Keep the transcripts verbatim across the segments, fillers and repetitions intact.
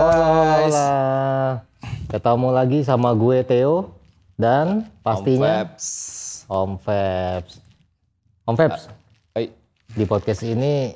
guys. Hola. Ketemu lagi sama gue Theo dan pastinya Om Febs. Om Febs. Hai. Di podcast ini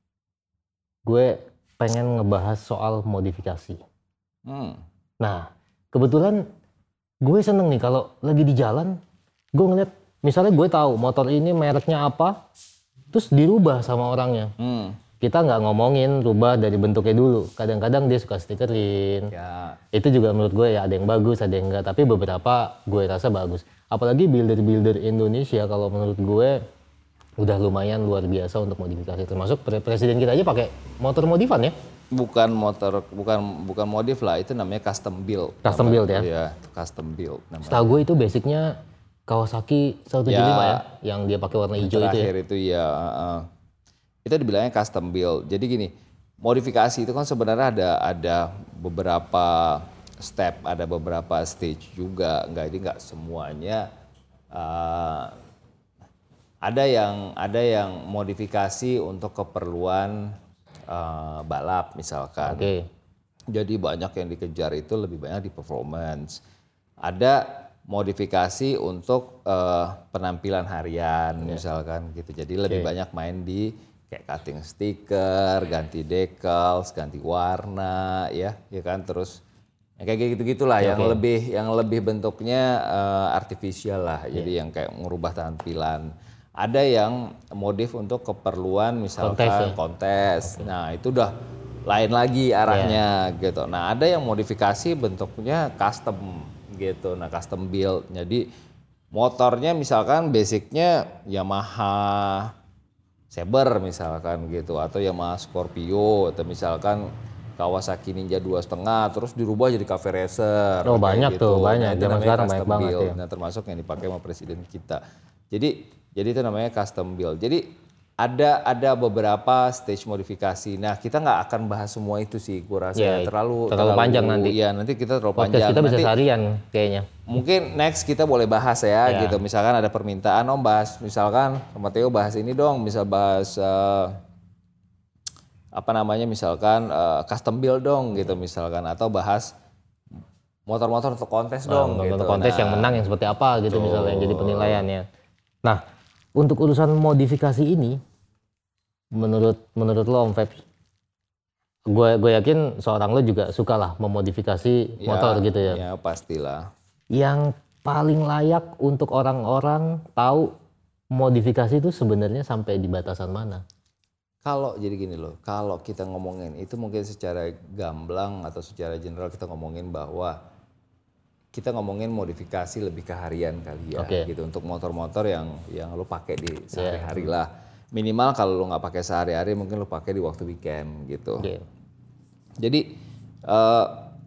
gue pengen ngebahas soal modifikasi. Hmm. Nah, kebetulan gue seneng nih kalau lagi di jalan, gue ngeliat misalnya gue tahu motor ini mereknya apa, terus dirubah sama orangnya. Hmm. Kita nggak ngomongin rubah dari bentuknya dulu. Kadang-kadang dia suka stikerin. Ya. Itu juga menurut gue ya ada yang bagus, ada yang enggak. Tapi beberapa gue rasa bagus. Apalagi builder-builder Indonesia kalau menurut gue udah lumayan luar biasa untuk modifikasi. Termasuk pre- presiden kita aja pakai motor modifan ya. Bukan motor, bukan bukan modif lah. Itu namanya custom build. Custom namanya. build ya? Iya, custom build namanya. Setahu gue itu basicnya Kawasaki seratus tujuh puluh lima ya, Ya, yang dia pakai warna hijau itu ya. Terakhir itu ya. Uh, itu dibilangnya custom build. Jadi gini, modifikasi itu kan sebenarnya ada ada beberapa step, ada beberapa stage juga. Enggak, ini enggak semuanya. Uh, ada yang ada yang modifikasi untuk keperluan uh, balap misalkan. Oke. Jadi banyak yang dikejar itu lebih banyak di performance. Ada modifikasi untuk uh, penampilan harian yeah. misalkan gitu. Jadi lebih okay. banyak main di kayak cutting stiker, ganti decals, ganti warna, ya, ya kan, terus ya kayak gitu-gitulah okay. yang lebih yang lebih bentuknya uh, artificial lah. Yeah. Jadi yang kayak merubah tampilan. Ada yang modif untuk keperluan misalkan kontes. Ya? kontes. Okay. Nah, itu udah lain lagi arahnya yeah. gitu. Nah, ada yang modifikasi bentuknya custom gitu. Nah, custom build. Jadi motornya misalkan basicnya Yamaha Saber misalkan gitu, atau Yamaha Scorpio, atau misalkan Kawasaki Ninja dua setengah, terus dirubah jadi Cafe Racer. Oh banyak gitu. tuh, banyak. Nah, itu zaman namanya sekarang custom banyak banget build. ya. Nah, termasuk yang dipakai sama presiden kita. Jadi, jadi itu namanya custom build. Jadi ada ada beberapa stage modifikasi. Nah, kita nggak akan bahas semua itu sih, gue rasa ya, terlalu, terlalu terlalu panjang nanti. Ya, nanti kita terlalu podcast panjang. Kita bisa nanti, seharian kayaknya. Mungkin next kita boleh bahas ya, ya. gitu. Misalkan ada permintaan, Om bahas, misalkan sama Theo bahas ini dong, bisa bahas uh, apa namanya, misalkan uh, custom build dong, gitu misalkan, atau bahas motor-motor untuk kontes nah, dong. Motor gitu. kontes nah, yang menang yang seperti apa gitu tuh. misalnya yang jadi penilaiannya. Nah, untuk urusan modifikasi ini, menurut menurut lo Om Febs, gue gue yakin seorang lo juga suka lah memodifikasi ya, motor gitu ya. Ya pastilah. Yang paling layak untuk orang-orang tahu modifikasi itu sebenarnya sampai di batasan mana? Kalau jadi gini loh, kalau kita ngomongin itu mungkin secara gamblang atau secara general kita ngomongin bahwa kita ngomongin modifikasi lebih ke harian kali ya, okay. gitu, untuk motor-motor yang yang lo pakai di sehari-hari yeah. lah. Minimal kalau lo nggak pakai sehari-hari, mungkin lo pakai di waktu weekend gitu. Yeah. Jadi uh,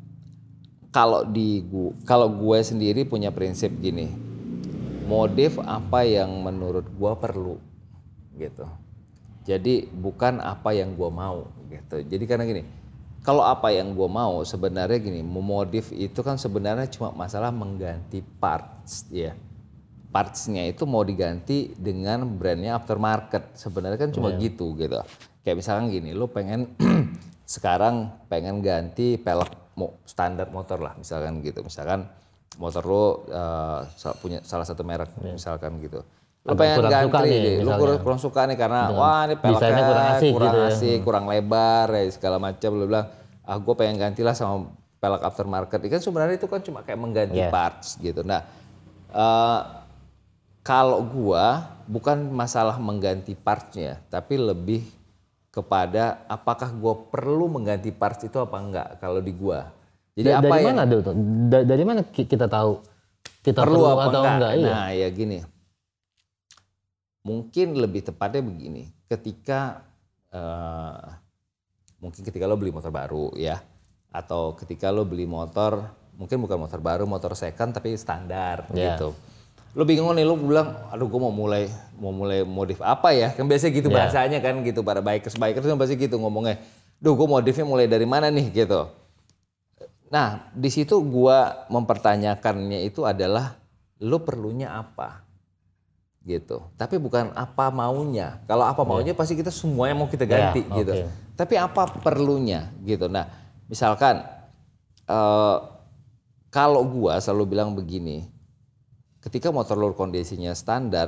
kalau di gua, kalau gue sendiri punya prinsip gini, modif apa yang menurut gue perlu, gitu. Jadi bukan apa yang gue mau, gitu. Jadi karena gini, kalau apa yang gue mau sebenarnya gini, memodif itu kan sebenarnya cuma masalah mengganti parts, ya. Partsnya itu mau diganti dengan brandnya aftermarket, sebenarnya kan cuma yeah. gitu gitu. Kayak misalkan gini, lo pengen sekarang pengen ganti pelek standar motor lah misalkan gitu, misalkan motor lo uh, punya salah satu merek yeah. misalkan gitu. Lo pengen ganti nih, lo kurang, kurang suka nih karena dengan wah ini peleknya kurang asik, kurang, gitu asik, ya. kurang lebar ya segala macam, lo bilang ah gue pengen gantilah sama pelek aftermarket. Itu kan sebenarnya itu kan cuma kayak mengganti yeah. parts gitu. Nah. Uh, Kalau gua bukan masalah mengganti partsnya, tapi lebih kepada apakah gua perlu mengganti parts itu apa enggak kalau di gua. Jadi da, apa dari yang mana tuh? Da, dari mana kita tahu kita perlu, perlu apa atau enggak? enggak iya. Nah, ya gini. Mungkin lebih tepatnya begini, ketika uh, mungkin ketika lo beli motor baru ya, atau ketika lo beli motor, mungkin bukan motor baru, motor second tapi standar yeah. gitu. Lo bingung nih, lo bilang, aduh gue mau mulai mau mulai modif apa ya? Kan biasa gitu yeah. bahasanya kan gitu, para bikers-bikers kan pasti gitu ngomongnya. Duh gue modifnya mulai dari mana nih gitu. Nah di situ gue mempertanyakannya itu adalah lo perlunya apa gitu. Tapi bukan apa maunya. Kalau apa maunya yeah. pasti kita semuanya mau kita ganti yeah, gitu. Okay. Tapi apa perlunya gitu. Nah misalkan uh, kalau gua selalu bilang begini, ketika motor lu kondisinya standar,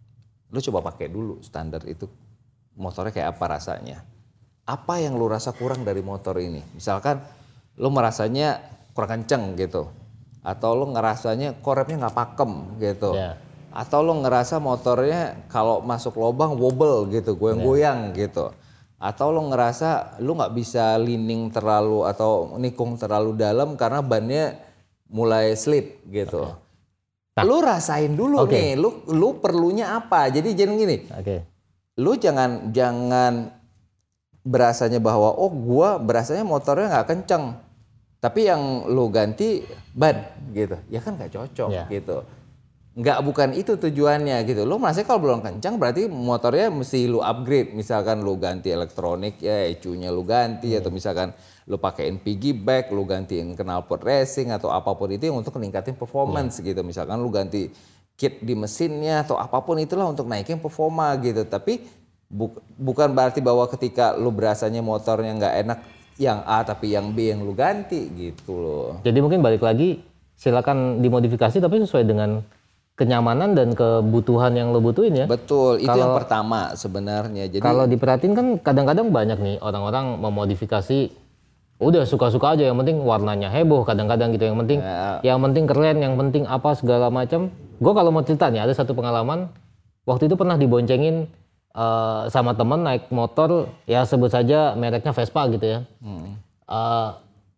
lu coba pakai dulu standar itu motornya kayak apa rasanya. Apa yang lu rasa kurang dari motor ini? Misalkan lu merasanya kurang kenceng gitu, atau lu ngerasanya korepnya nggak pakem gitu. Yeah. Atau lo ngerasa motornya kalau masuk lubang wobble gitu, goyang-goyang yeah. gitu. Atau lo ngerasa lo nggak bisa leaning terlalu atau nikung terlalu dalam karena bannya mulai slip gitu. Okay. Lo rasain dulu okay. nih, lo lo perlunya apa? Jadi jangan gini. Okay. Lo jangan jangan berasanya bahwa oh gua berasanya motornya nggak kenceng, tapi yang lo ganti ban gitu. Ya kan nggak cocok yeah. gitu. Nggak, bukan itu tujuannya gitu. Lo merasa kalau belum kencang berarti motornya mesti lo upgrade. Misalkan lo ganti elektronik ya E C U-nya lo ganti hmm. atau misalkan lo pakein piggy back, lo gantiin knalpot racing atau apapun itu yang untuk meningkatin performance hmm. gitu. Misalkan lo ganti kit di mesinnya atau apapun itulah untuk naikin performa gitu. Tapi bu, bukan berarti bahwa ketika lo berasanya motornya nggak enak yang A tapi yang B yang lo ganti gitu loh. Jadi mungkin balik lagi silakan dimodifikasi tapi sesuai dengan kenyamanan dan kebutuhan yang lo butuhin ya. Betul, itu kalo, yang pertama sebenarnya. Jadi kalau diperhatiin kan kadang-kadang banyak nih orang-orang memodifikasi udah suka-suka aja, yang penting warnanya heboh kadang-kadang gitu, yang penting ya. yang penting keren, yang penting apa segala macam. Gue kalau mau cerita nih ada satu pengalaman waktu itu pernah diboncengin uh, sama temen naik motor ya sebut saja mereknya Vespa gitu ya. Hmm. Uh,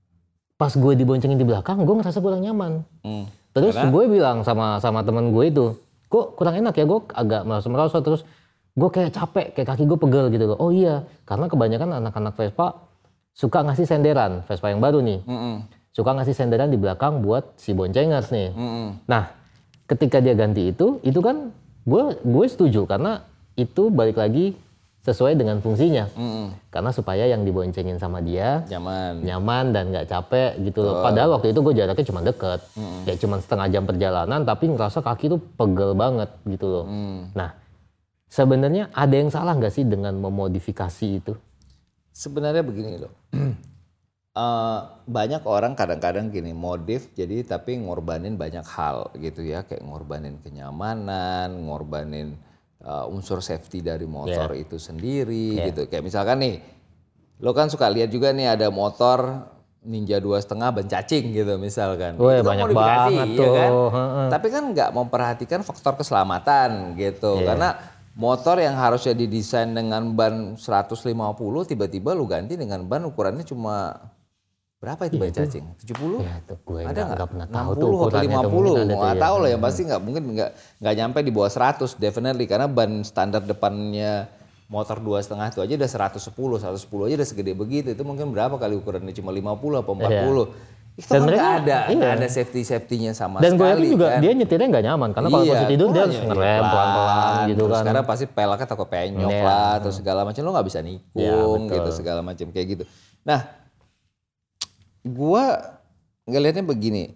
pas gue diboncengin di belakang gue ngerasa kurang nyaman. Hmm. Terus karena? Gue bilang sama sama temen gue itu, kok kurang enak ya, gue agak merasa-merasa, terus gue kayak capek, kayak kaki gue pegel gitu loh. Oh iya, karena kebanyakan anak-anak Vespa suka ngasih senderan, Vespa yang baru nih. Mm-mm. Suka ngasih senderan di belakang buat si boncengers nih. Mm-mm. Nah, ketika dia ganti itu, itu kan gue gue setuju karena itu balik lagi sesuai dengan fungsinya. Mm-mm. Karena supaya yang diboncengin sama dia nyaman, nyaman dan nggak capek gitu loh. Oh. Padahal waktu itu gue jaraknya cuma deket, mm-mm. ya cuma setengah jam perjalanan, tapi ngerasa kaki tuh pegel banget gitu loh. Mm. Nah, sebenarnya ada yang salah nggak sih dengan memodifikasi itu? Sebenarnya begini loh, uh, banyak orang kadang-kadang gini modif jadi tapi ngorbanin banyak hal gitu ya, kayak ngorbanin kenyamanan, ngorbanin Uh, unsur safety dari motor yeah. itu sendiri yeah. gitu. Kayak misalkan nih, lo kan suka lihat juga nih ada motor Ninja dua setengah ban cacing gitu misalkan. Woy, itu kan banyak banget ya kan? Tapi kan nggak memperhatikan faktor keselamatan gitu. Yeah. Karena motor yang harusnya didesain dengan ban seratus lima puluh tiba-tiba lo ganti dengan ban ukurannya cuma berapa itu ban ya, cacing? tujuh puluh? Ya, itu gue ada nggak pernah tahu enam puluh atau lima puluh? Nggak tahu lah ya, pasti nggak mungkin nggak nggak nyampe di bawah seratus definitely, karena ban standar depannya motor dua setengah itu aja udah seratus sepuluh, seratus sepuluh aja udah segede begitu. Itu mungkin berapa kali ukurannya, cuma lima puluh atau empat puluh? Ya. Itu kan nggak ada, nggak iya. ada safety safety-nya sama dan sekali. Dan gue yakin juga kan. Dia nyetirnya nggak nyaman karena kalau iya, posisi tidur dia harus ngerem pelan-pelan gitu kan. Sekarang pasti pelaknya takut penyok yeah. lah atau segala macam, lo nggak bisa nikung yeah, gitu segala macam kayak gitu. Nah, gua ngelihatnya begini,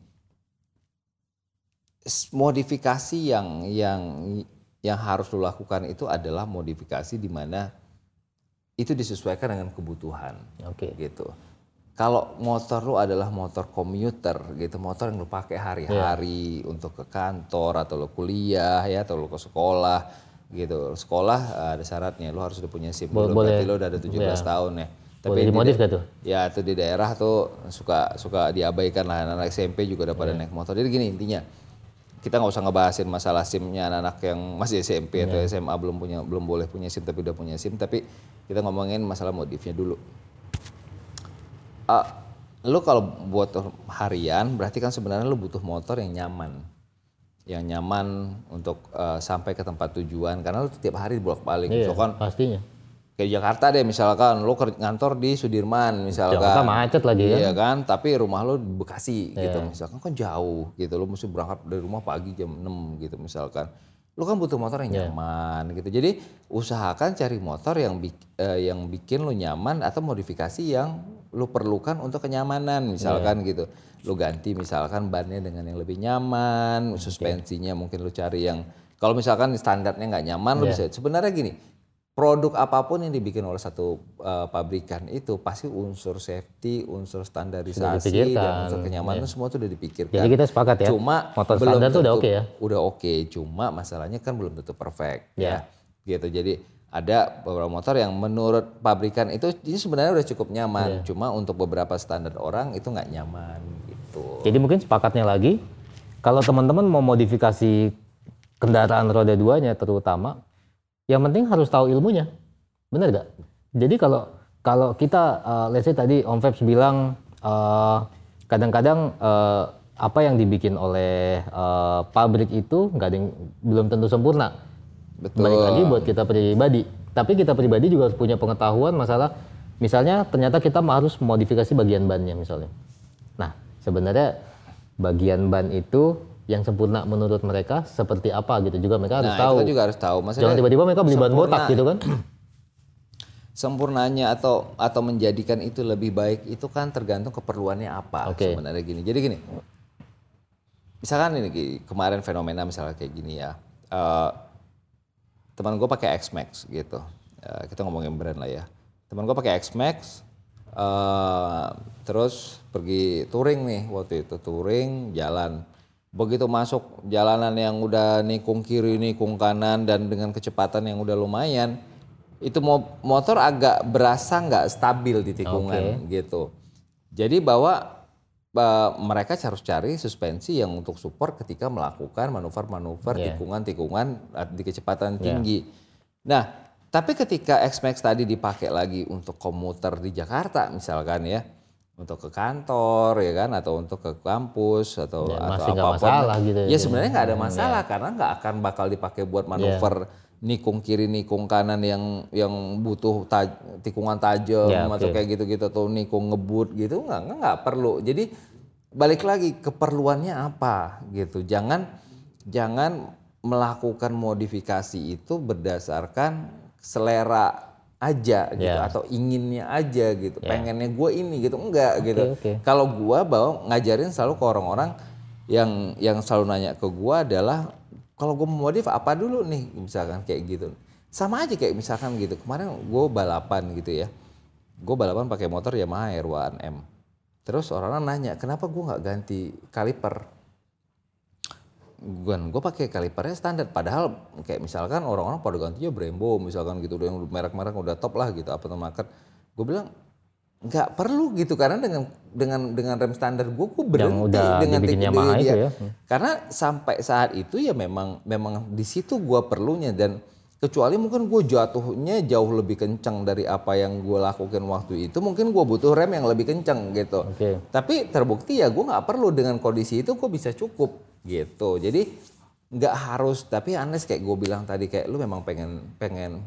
modifikasi yang yang yang harus lo lakukan itu adalah modifikasi di mana itu disesuaikan dengan kebutuhan, oke okay. gitu. Kalau motor lo adalah motor komuter gitu, motor yang lo pakai hari-hari yeah. untuk ke kantor atau lo kuliah ya atau lo ke sekolah gitu. Sekolah ada syaratnya, lo harus udah punya SIM dulu, berarti lo udah ada tujuh belas yeah. tahun ya. Tapi boleh dimodif gak tuh? Ya itu di daerah tuh suka suka diabaikan lah, anak-anak S M P juga udah pada yeah. naik motor. Jadi gini intinya, kita nggak usah ngebahasin masalah SIM-nya anak-anak yang masih S M P yeah. atau S M A belum punya belum boleh punya SIM tapi udah punya SIM. Tapi kita ngomongin masalah modifnya dulu. Uh, lo kalau buat harian berarti kan sebenarnya lo butuh motor yang nyaman, yang nyaman untuk uh, sampai ke tempat tujuan karena lo tiap hari bolak-balik. Yeah, so kan pastinya. Kayak Jakarta deh misalkan, lo ngantor di Sudirman misalkan. Jakarta macet lagi kan. Iya kan, tapi rumah lo di Bekasi yeah. gitu misalkan, kan jauh gitu. Lo mesti berangkat dari rumah pagi jam enam gitu misalkan. Lo kan butuh motor yang yeah. nyaman gitu. Jadi usahakan cari motor yang eh, yang bikin lo nyaman atau modifikasi yang lo perlukan untuk kenyamanan misalkan yeah. gitu. Lo ganti misalkan bannya dengan yang lebih nyaman, suspensinya okay. mungkin lo cari yang, kalau misalkan standarnya nggak nyaman yeah. lo bisa, sebenarnya gini, produk apapun yang dibikin oleh satu uh, pabrikan itu pasti unsur safety, unsur standarisasi dan unsur kenyamanan ya. Semua itu udah dipikirkan. Jadi kita sepakat ya. Cuma motor standar itu udah oke okay ya. Udah oke, okay, cuma masalahnya kan belum tentu perfect ya. ya. Gitu. Jadi ada beberapa motor yang menurut pabrikan itu ini sebenarnya udah cukup nyaman, ya. Cuma untuk beberapa standar orang itu nggak nyaman gitu. Jadi mungkin sepakatnya lagi kalau teman-teman mau modifikasi kendaraan roda duanya terutama, yang penting harus tahu ilmunya, benar gak? Jadi kalau kalau kita, uh, let's say tadi Om Febs bilang uh, kadang-kadang uh, apa yang dibikin oleh uh, pabrik itu nggak ada yang belum tentu sempurna. Betul. Balik lagi buat kita pribadi. Tapi kita pribadi juga harus punya pengetahuan masalah, misalnya ternyata kita harus modifikasi bagian bannya misalnya. Nah sebenarnya bagian ban itu yang sempurna menurut mereka seperti apa gitu juga mereka harus nah, tahu. Nah, itu juga harus tahu. Maksudnya jangan tiba-tiba mereka beli ban botak gitu kan. Sempurnanya atau atau menjadikan itu lebih baik itu kan tergantung keperluannya apa okay. Sebenarnya gini. Jadi gini. Misalkan ini kemarin fenomena misalnya kayak gini ya. Uh, teman gue pakai X-Max gitu. Uh, kita ngomongin brand lah ya. Teman gue pakai X-Max uh, terus pergi touring nih waktu itu, touring jalan. Begitu masuk jalanan yang udah nikung kiri, nikung kanan dan dengan kecepatan yang udah lumayan, itu motor agak berasa nggak stabil di tikungan okay. Gitu. Jadi bahwa uh, mereka harus cari suspensi yang untuk support ketika melakukan manuver-manuver yeah. tikungan-tikungan di kecepatan tinggi. Yeah. Nah, tapi ketika X-Max tadi dipakai lagi untuk komuter di Jakarta misalkan ya, untuk ke kantor ya kan atau untuk ke kampus atau ya, atau masih apapun masalah gitu ya sebenarnya nggak ada masalah ya. Karena nggak akan bakal dipakai buat manuver ya. Nikung kiri nikung kanan yang yang butuh taj, tikungan tajam ya, atau okay. Kayak gitu-gitu atau nikung ngebut gitu nggak nggak perlu. Jadi balik lagi keperluannya apa gitu, jangan jangan melakukan modifikasi itu berdasarkan selera aja gitu yeah. Atau inginnya aja gitu, yeah. Pengennya gue ini gitu, enggak okay, gitu. Okay. Kalau gue bawa ngajarin selalu ke orang-orang yang yang selalu nanya ke gue adalah kalau gue mau modif apa dulu nih, misalkan kayak gitu. Sama aja kayak misalkan gitu, kemarin gue balapan gitu ya, gue balapan pakai motor Yamaha R satu M. Terus orang-orang nanya kenapa gue nggak ganti kaliper? Gue gue pakai kalipernya standar, padahal kayak misalkan orang-orang pada gantinya Brembo misalkan gitu, yang merek-merek udah top lah gitu apa market. Gue bilang nggak perlu gitu karena dengan dengan dengan rem standar gue gue berhenti dengan Yamaha itu ya. Karena sampai saat itu ya memang memang di situ gue perlunya, dan kecuali mungkin gue jatuhnya jauh lebih kencang dari apa yang gue lakukan waktu itu, mungkin gue butuh rem yang lebih kencang gitu. Okay. Tapi terbukti ya gue nggak perlu, dengan kondisi itu gue bisa cukup. Gitu, jadi nggak harus, tapi Anes kayak gue bilang tadi, kayak lu memang pengen pengen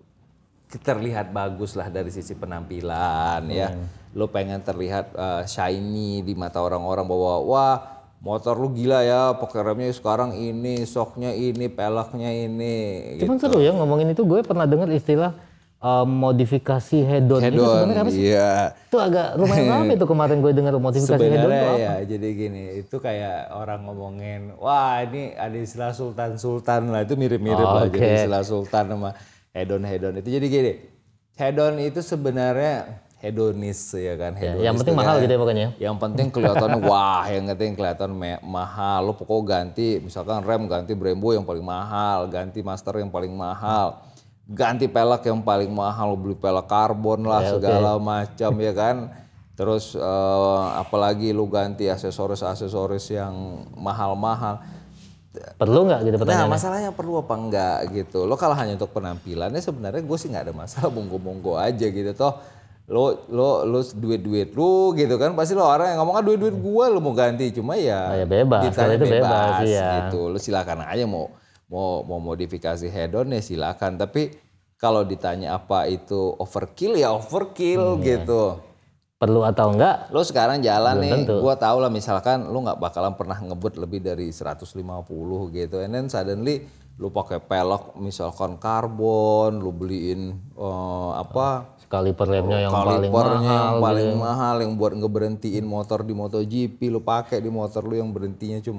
terlihat bagus lah dari sisi penampilan hmm. Ya, lu pengen terlihat uh, shiny di mata orang-orang bahwa wah motor lu gila ya, pakai remnya sekarang ini, shocknya ini, peleknya ini. Cuman gitu. Seru ya ngomongin itu, gue pernah dengar istilah Uh, modifikasi head-on, head itu sebenarnya apa sih? Iya. Itu agak lumayan rame tuh kemarin gue dengar modifikasi head-on itu apa? Ya, jadi gini, itu kayak orang ngomongin, wah ini ada istilah sultan-sultan lah, itu mirip-mirip oh, lah okay. Jadi istilah sultan sama head-on head-on itu. Jadi gini, head-on itu sebenarnya hedonis ya kan, hedonis. Ya, yang penting mahal kan, gitu ya pokoknya. Yang penting kelihatan wah, yang penting kelihatan mahal. Lo pokoknya ganti, misalkan rem ganti Brembo yang paling mahal, ganti master yang paling mahal. Ganti pelek yang paling mahal, beli pelek karbon lah ya, segala okay. Macam ya kan. Terus uh, apalagi lu ganti aksesoris-aksesoris yang mahal-mahal. Perlu nggak gitu pertanyaannya? Nah masalahnya perlu apa enggak gitu. Lo kalau hanya untuk penampilannya sebenarnya gue sih nggak ada masalah, monggo-monggo aja gitu toh. Lo lo lo duit-duit lu gitu kan, pasti lo orang yang ngomong ah duit-duit gue lo mau ganti, cuma ya, oh, ya bebas, ditanya itu bebas, bebas ya. Gitu. Lo silakan aja mau mau mau modifikasi head-on ya silakan, tapi kalau ditanya apa itu overkill ya overkill hmm, gitu. Perlu atau enggak? Lo sekarang jalan belum nih, tentu. Gua tahu lah misalkan lo nggak bakalan pernah ngebut lebih dari seratus lima puluh gitu, and then suddenly lo pakai pelek misalkan karbon, lo beliin uh, apa? Kaliper remnya yang paling mahal, yang paling gitu. mahal yang buat ngeberhentiin motor di MotoGP, lo pakai di motor lo yang berhentinya cuma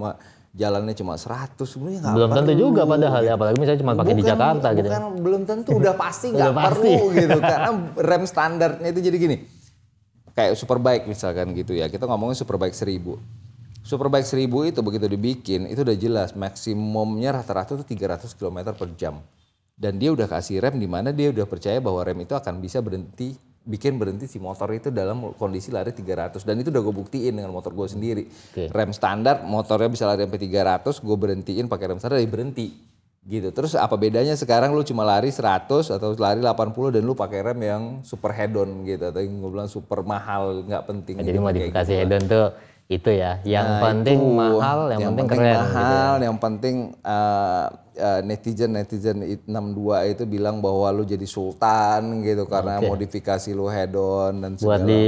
jalannya cuma seratus, sebenarnya nggak belum perlu. tentu juga padahal ya, apalagi misalnya cuma pakai di Jakarta bukan, gitu. Bukan belum tentu, udah pasti nggak perlu gitu, karena rem standarnya itu jadi gini, kayak Superbike misalkan gitu ya, kita ngomongin Superbike seribu. Superbike seribu itu begitu dibikin, itu udah jelas maksimumnya rata-rata itu tiga ratus kilometer per jam. Dan dia udah kasih rem di mana dia udah percaya bahwa rem itu akan bisa berhenti, bikin berhenti si motor itu dalam kondisi lari tiga ratus. Dan itu udah gue buktiin dengan motor gue sendiri. Okay. Rem standar motornya bisa lari sampai tiga ratus, gue berhentiin pakai rem standar, dia berhenti. Gitu. Terus apa bedanya sekarang lu cuma lari seratus atau lari delapan puluh dan lu pakai rem yang super head-on gitu, atau yang gue bilang super mahal, nggak penting. Nah, jadi gitu, modifikasi gitu head-on tuh itu ya, yang nah, penting itu, mahal, yang, yang penting, penting keren. Mahal, gitu ya. Yang penting uh, uh, netizen netizen enam puluh dua itu bilang bahwa lu jadi sultan gitu karena okay. modifikasi lu head-on dan segala buat di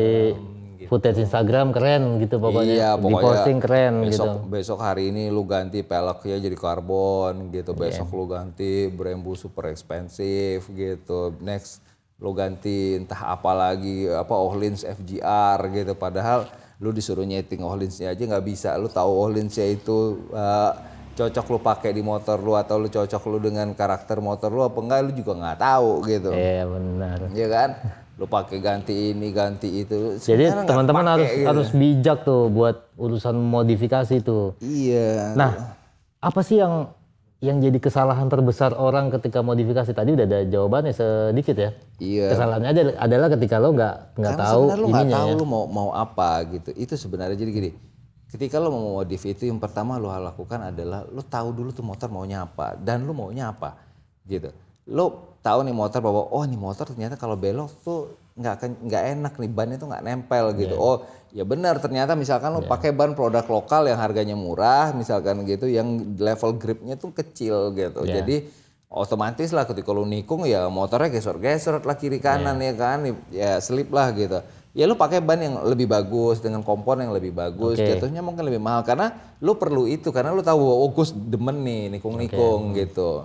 macam, footage gitu. Instagram keren gitu pokoknya. Iya, pokoknya di posting keren besok, gitu. Besok hari ini lu ganti peleknya jadi karbon gitu, besok yeah. lu ganti Brembo super expensive gitu, next lu ganti entah apa lagi apa Öhlins F G R gitu, padahal lu disuruh nyeting Öhlinsnya aja nggak bisa, lu tahu Öhlinsnya itu uh, cocok lu pakai di motor lu atau lu cocok lu dengan karakter motor lu apa enggak, lu juga nggak tahu gitu. Iya benar. Iya kan, lu pakai ganti ini ganti itu. Jadi teman-teman harus gitu. harus bijak tuh buat urusan modifikasi tuh. Iya. Nah, apa sih yang yang jadi kesalahan terbesar orang ketika modifikasi? Tadi udah ada jawabannya sedikit ya. Iya. Kesalahannya ada, adalah ketika lo nggak nggak tahu ininya. Karena lu nggak tahu ya. lu mau mau apa gitu. Itu sebenarnya jadi gini. Ketika lo mau modif itu yang pertama lo lakukan adalah lo tahu dulu tuh motor maunya apa dan lo maunya apa gitu. Lo tahu nih motor bahwa oh nih motor ternyata kalau belok tuh nggak nggak enak nih, bannya tuh nggak nempel gitu. Yeah. Oh ya benar, ternyata misalkan lo yeah. pakai ban produk lokal yang harganya murah misalkan gitu, yang level gripnya tuh kecil gitu. Yeah. Jadi otomatis lah ketika lo nikung ya motornya gesor-gesor lah kiri kanan yeah. ya kan, ya slip lah gitu. Ya lu pakai ban yang lebih bagus dengan kompon yang lebih bagus, okay. jatuhnya mungkin lebih mahal karena lu perlu itu, karena lu tahu oh Gus demen nih nikung-nikung okay. gitu.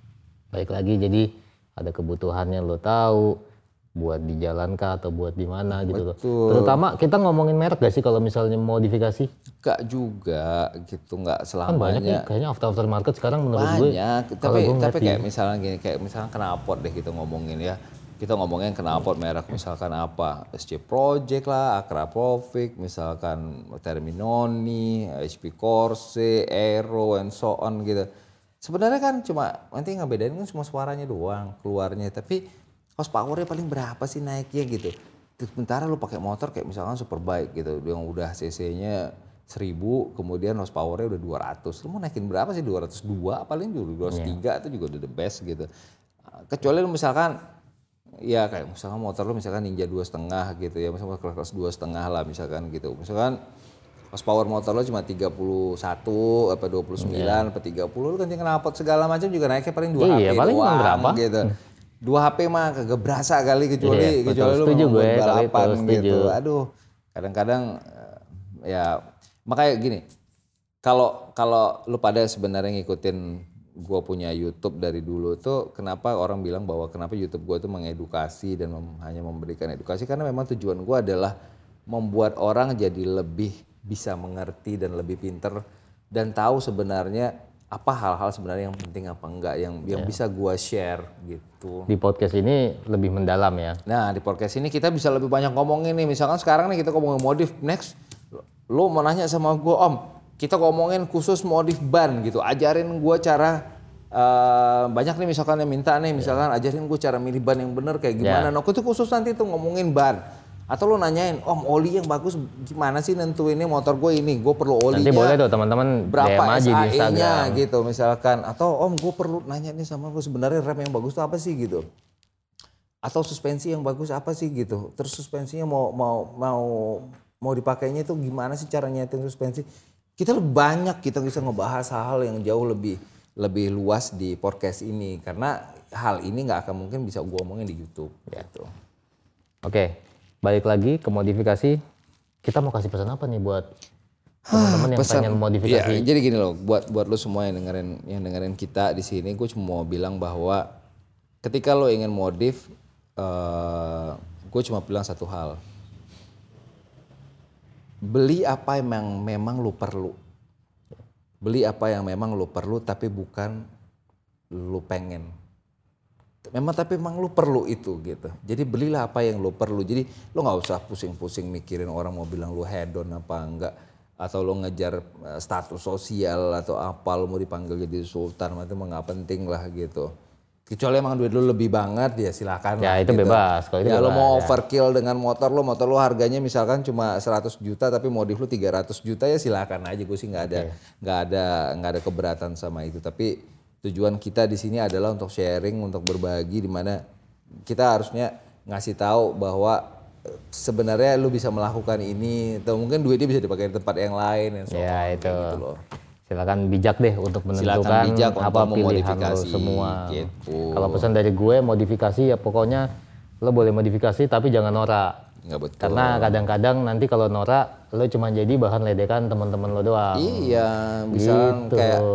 Baik lagi, jadi ada kebutuhannya lu tahu buat di jalan kah atau buat di mana gitu loh. Terutama kita ngomongin merek gak sih kalau misalnya modifikasi? Gak juga gitu, nggak selamanya. Kan banyak nih kayaknya after after market sekarang menurut banyak, gue. Banyak, tapi tapi kayak misalnya gini, kayak misalnya knalpot deh kita ngomongin ya. Kita ngomongin knalpot merek misalkan apa, S C Project lah, Akrapovic, misalkan Terminoni, H P Corse, Aero, and so on gitu. Sebenarnya kan cuma nanti ngebedain kan cuma suaranya doang keluarnya, tapi horsepower-nya paling berapa sih naiknya gitu. Sementara lu pakai motor kayak misalkan Superbike gitu, yang udah cc-nya seribu, kemudian horsepower-nya udah dua ratus. Lu mau naikin berapa sih? dua ratus dua paling dulu, dua ratus tiga yeah. itu juga udah the best gitu. Kecuali lu misalkan ya kayak misalkan motor lu misalkan Ninja dua setengah gitu ya, misalkan kelas dua setengah lah misalkan gitu. Misalkan horsepower motor lo cuma tiga puluh satu apa dua puluh sembilan yeah. apa tiga puluh, lu ganti knalpot segala macam juga naiknya paling dua iya, H P paling doang berapa? Gitu. dua H P mah kagak berasa kali kecuali yeah, kecuali lu mau buat balapan gitu. Setuju. Aduh, kadang-kadang ya makanya gini. Kalau kalau lu pada sebenarnya ngikutin gue punya YouTube dari dulu tuh, kenapa orang bilang bahwa kenapa YouTube gue tuh mengedukasi dan mem, hanya memberikan edukasi, karena memang tujuan gue adalah membuat orang jadi lebih bisa mengerti dan lebih pinter dan tahu sebenarnya apa hal-hal sebenarnya yang penting apa enggak yang yang yeah. bisa gue share gitu. Di podcast ini lebih mendalam ya. Nah di podcast ini kita bisa lebih banyak ngomongin nih, misalkan sekarang nih kita ngomongin modif, next lo mau nanya sama gue, Om kita ngomongin khusus modif ban gitu, ajarin gue cara uh, banyak nih misalkan yang minta nih, misalkan yeah. ajarin gue cara milih ban yang bener kayak gimana. Yeah. Nah itu khusus nanti tuh ngomongin ban. Atau lo nanyain, Om oli yang bagus gimana sih nentuinnya motor gue ini, gue perlu olinya. Nanti boleh tuh teman-teman berapa D M aja di Instagram gitu misalkan. Atau Om gue perlu nanya nih sama gue sebenarnya rem yang bagus tuh apa sih gitu. Atau suspensi yang bagus apa sih gitu. Terus suspensinya mau mau mau mau dipakainya itu gimana sih cara nyeting suspensi. Kita lebih banyak kita bisa ngebahas hal-hal yang jauh lebih lebih luas di podcast ini, karena hal ini nggak akan mungkin bisa gue omongin di YouTube gitu. Oke, balik lagi ke modifikasi. Kita mau kasih pesan apa nih buat teman-teman yang pesan, pengen modifikasi? Ya, jadi gini loh, buat buat lo semua yang dengerin yang dengerin kita di sini, gue cuma mau bilang bahwa ketika lo ingin modif, uh, gue cuma bilang satu hal. Beli apa yang memang lo perlu. Beli apa yang memang lu perlu tapi bukan lu pengen. Memang tapi memang lu perlu itu gitu. Jadi belilah apa yang lu perlu. Jadi lu nggak usah pusing-pusing mikirin orang mau bilang lu hedon apa enggak. Atau lu ngejar status sosial atau apa, lu mau dipanggil jadi sultan, itu mah nggak penting lah gitu. Kecuali emang duit lu lebih banget ya silakan ya lah. itu gitu. bebas. Kalau itu ya bebas, lu mau ya. overkill dengan motor lu, motor lu harganya misalkan cuma seratus juta tapi modif lu tiga ratus juta ya silakan aja. Gue sih nggak ada nggak okay. ada nggak ada keberatan sama itu. Tapi tujuan kita di sini adalah untuk sharing, untuk berbagi, di mana kita harusnya ngasih tahu bahwa sebenarnya lu bisa melakukan ini, atau mungkin duitnya bisa dipakai di tempat yang lain. Yang ya itu. Gitu loh. Silakan bijak deh untuk menentukan bijak apa untuk pilihan lo semua. Gitu. Kalau pesan dari gue modifikasi ya pokoknya lo boleh modifikasi tapi jangan norak. Nggak betul. Karena kadang-kadang nanti kalau norak lo cuma jadi bahan ledekan teman-teman lo doang. Iya, misalnya gitu. kayak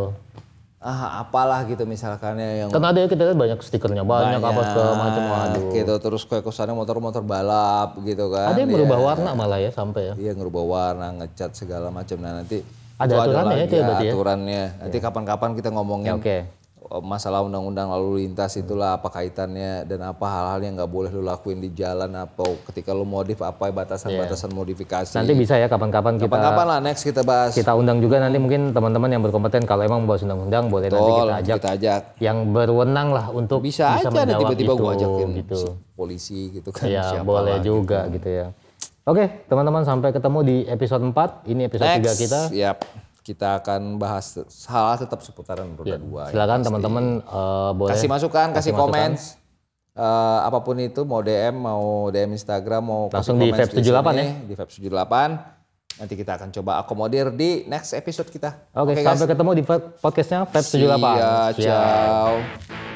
ah apalah gitu misalkannya yang kan ada ya kita lihat banyak stikernya banyak, banyak apa segala macam, waduh gitu, terus kayak kesannya motor-motor balap gitu kan, ada yang berubah ya. warna malah ya sampai ya iya ngerubah warna, ngecat segala macam. Nah nanti ada aturannya ya, ya aturannya nanti ya. Kapan-kapan kita ngomongin ya, okay. masalah undang-undang lalu lintas itulah, apa kaitannya dan apa hal-hal yang nggak boleh lu lakuin di jalan, apa ketika lu modif, apa batasan-batasan yeah. modifikasi. Nanti bisa ya kapan-kapan kita kapan-kapan lah next kita bahas. Kita undang juga nanti mungkin teman-teman yang berkompeten kalau emang bahas undang-undang boleh Betul, nanti kita ajak, kita ajak yang berwenang lah untuk bisa, bisa aja menjawab tiba-tiba itu gua ajakin gitu. Si polisi gitu kan. Iya boleh juga gitu. gitu ya. Oke teman-teman sampai ketemu di episode empat, ini episode next, tiga kita. Yap. Kita akan bahas hal tetap seputaran roda dua. Ya, silakan teman-teman uh, boleh kasih masukan, kasih, kasih komen, uh, apapun itu, mau D M, mau D M Instagram, mau langsung di Vape tujuh puluh delapan ya. Di Vape tujuh puluh delapan. Nanti kita akan coba akomodir di next episode kita. Oke, okay, okay, sampai ketemu di podcastnya Vape tujuh puluh delapan. Iya, ciao.